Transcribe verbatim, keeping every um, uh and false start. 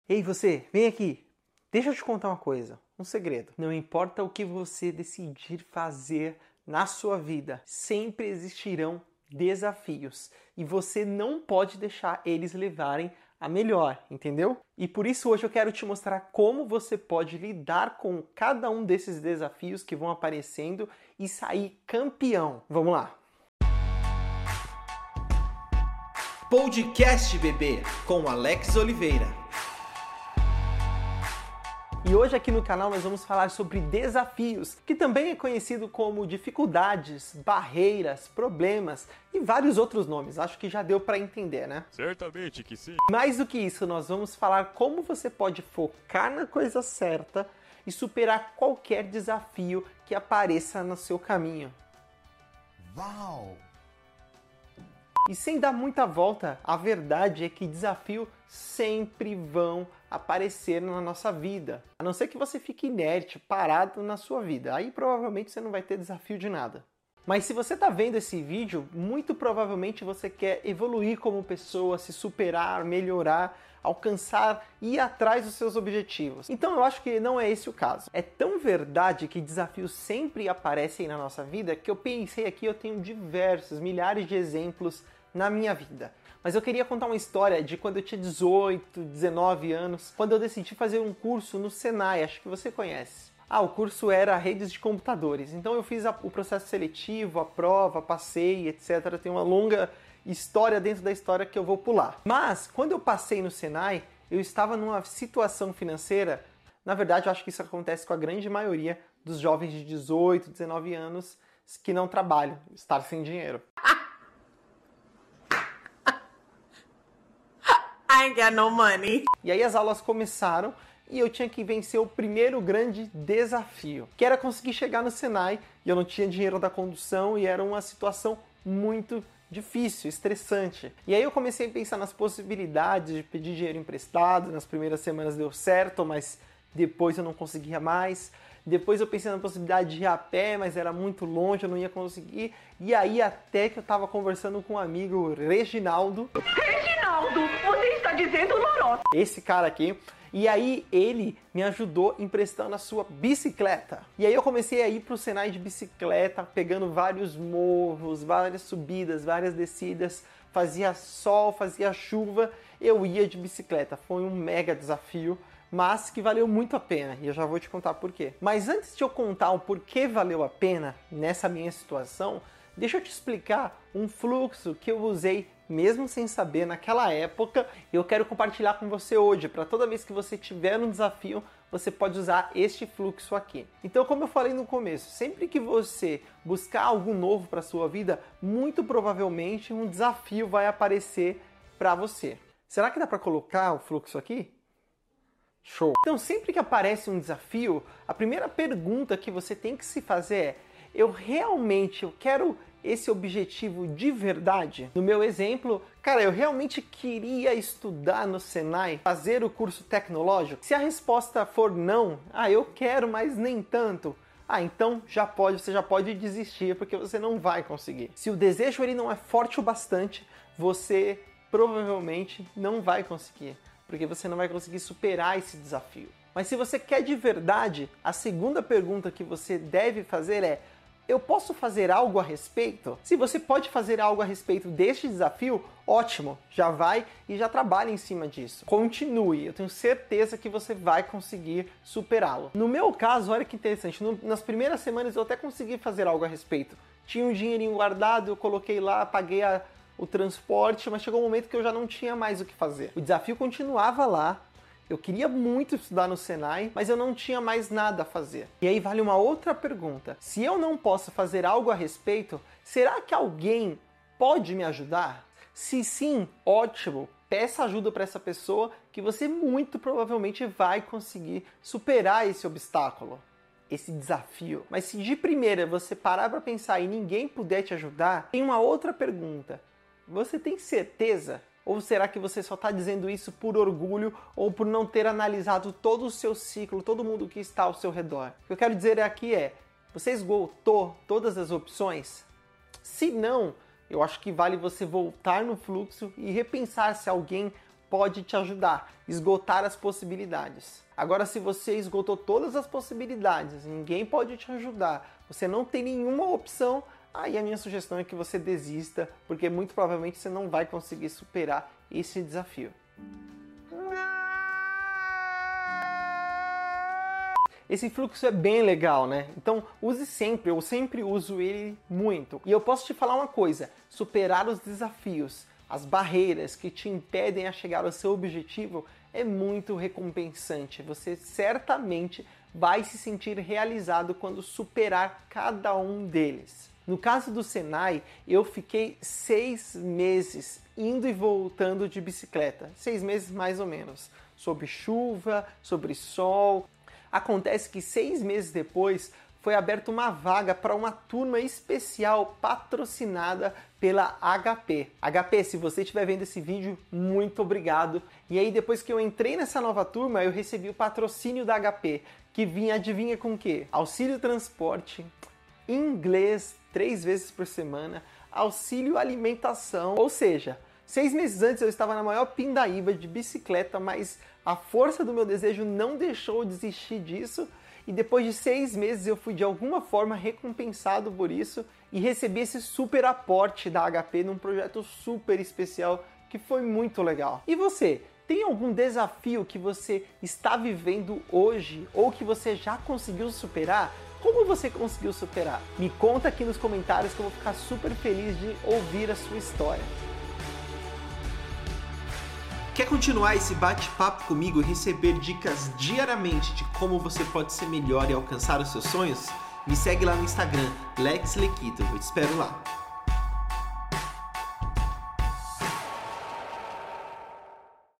Ei você, vem aqui. Deixa eu te contar uma coisa, um segredo. Não importa o que você decidir fazer na sua vida, sempre existirão desafios. E você não pode deixar eles levarem a melhor, entendeu? E por isso hoje eu quero te mostrar como você pode lidar com cada um desses desafios que vão aparecendo e sair campeão. Vamos lá! Podcast Bebê, com Alex Oliveira. E hoje aqui no canal nós vamos falar sobre desafios, que também é conhecido como dificuldades, barreiras, problemas e vários outros nomes. Acho que já deu para entender, né? Certamente que sim. Mais do que isso, nós vamos falar como você pode focar na coisa certa e superar qualquer desafio que apareça no seu caminho. Uau! E sem dar muita volta, a verdade é que desafios sempre vão aparecer na nossa vida. A não ser que você fique inerte, parado na sua vida. Aí provavelmente você não vai ter desafio de nada. Mas se você está vendo esse vídeo, muito provavelmente você quer evoluir como pessoa, se superar, melhorar, alcançar e ir atrás dos seus objetivos. Então eu acho que não é esse o caso. É tão verdade que desafios sempre aparecem na nossa vida que eu pensei aqui, eu tenho diversos, milhares de exemplos na minha vida. Mas eu queria contar uma história de quando eu tinha dezoito, dezenove anos, quando eu decidi fazer um curso no Senai, acho que você conhece. Ah, o curso era redes de computadores, então eu fiz a, o processo seletivo, a prova, passei, etcétera. Tem uma longa história dentro da história que eu vou pular. Mas, quando eu passei no Senai, eu estava numa situação financeira, na verdade eu acho que isso acontece com a grande maioria dos jovens de dezoito, dezenove anos que não trabalham, estar sem dinheiro. I ain't got no money. E aí as aulas começaram e eu tinha que vencer o primeiro grande desafio, que era conseguir chegar no Senai, e eu não tinha dinheiro da condução e era uma situação muito difícil, estressante. E aí eu comecei a pensar nas possibilidades de pedir dinheiro emprestado. Nas primeiras semanas deu certo, mas depois eu não conseguia mais. Depois eu pensei na possibilidade de ir a pé, mas era muito longe, eu não ia conseguir. E aí até que eu estava conversando com um amigo, Reginaldo. Reginaldo, você está dizendo lorota. Esse cara aqui. E aí ele me ajudou emprestando a sua bicicleta. E aí eu comecei a ir pro Senai de bicicleta, pegando vários morros, várias subidas, várias descidas. Fazia sol, fazia chuva, eu ia de bicicleta. Foi um mega desafio, mas que valeu muito a pena, e eu já vou te contar por quê. Mas antes de eu contar o porquê valeu a pena nessa minha situação, deixa eu te explicar um fluxo que eu usei mesmo sem saber naquela época, e eu quero compartilhar com você hoje, para toda vez que você tiver um desafio, você pode usar este fluxo aqui. Então, como eu falei no começo, sempre que você buscar algo novo para a sua vida, muito provavelmente um desafio vai aparecer para você. Será que dá para colocar o fluxo aqui? Show! Então, sempre que aparece um desafio, a primeira pergunta que você tem que se fazer é: eu realmente eu quero esse objetivo de verdade? No meu exemplo, cara, eu realmente queria estudar no Senai, fazer o curso tecnológico? Se a resposta for não, ah, eu quero, mas nem tanto, ah, então já pode, você já pode desistir, porque você não vai conseguir. Se o desejo ele não é forte o bastante, você provavelmente não vai conseguir, porque você não vai conseguir superar esse desafio. Mas se você quer de verdade, a segunda pergunta que você deve fazer é: eu posso fazer algo a respeito? Se você pode fazer algo a respeito deste desafio, ótimo, já vai e já trabalha em cima disso. Continue, eu tenho certeza que você vai conseguir superá-lo. No meu caso, olha que interessante, no, nas primeiras semanas eu até consegui fazer algo a respeito. Tinha um dinheirinho guardado, eu coloquei lá, paguei a, o transporte, mas chegou um momento que eu já não tinha mais o que fazer. O desafio continuava lá. Eu queria muito estudar no Senai, mas eu não tinha mais nada a fazer. E aí vale uma outra pergunta. Se eu não posso fazer algo a respeito, será que alguém pode me ajudar? Se sim, ótimo. Peça ajuda para essa pessoa que você muito provavelmente vai conseguir superar esse obstáculo, esse desafio. Mas se de primeira você parar para pensar e ninguém puder te ajudar, tem uma outra pergunta. Você tem certeza? Ou será que você só está dizendo isso por orgulho ou por não ter analisado todo o seu ciclo, todo mundo que está ao seu redor? O que eu quero dizer aqui é: você esgotou todas as opções? Se não, eu acho que vale você voltar no fluxo e repensar se alguém pode te ajudar, esgotar as possibilidades. Agora, se você esgotou todas as possibilidades, ninguém pode te ajudar, você não tem nenhuma opção, aí a minha sugestão é que você desista, porque muito provavelmente você não vai conseguir superar esse desafio. Esse fluxo é bem legal, né? Então use sempre, eu sempre uso ele muito. E eu posso te falar uma coisa, superar os desafios, as barreiras que te impedem a chegar ao seu objetivo é muito recompensante. Você certamente vai se sentir realizado quando superar cada um deles. No caso do Senai, eu fiquei seis meses indo e voltando de bicicleta. Seis meses mais ou menos. Sob chuva, sobre sol. Acontece que seis meses depois foi aberta uma vaga para uma turma especial patrocinada pela H P. H P, se você estiver vendo esse vídeo, muito obrigado. E aí depois que eu entrei nessa nova turma, eu recebi o patrocínio da H P, que vinha, adivinha com o quê? Auxílio transporte, inglês três vezes por semana, auxílio alimentação, ou seja, seis meses antes eu estava na maior pindaíba de bicicleta, mas a força do meu desejo não deixou eu desistir disso e depois de seis meses eu fui de alguma forma recompensado por isso e recebi esse super aporte da H P num projeto super especial que foi muito legal. E você? Tem algum desafio que você está vivendo hoje ou que você já conseguiu superar? Como você conseguiu superar? Me conta aqui nos comentários que eu vou ficar super feliz de ouvir a sua história. Quer continuar esse bate-papo comigo e receber dicas diariamente de como você pode ser melhor e alcançar os seus sonhos? Me segue lá no Instagram, Lex Lequito. Eu te espero lá.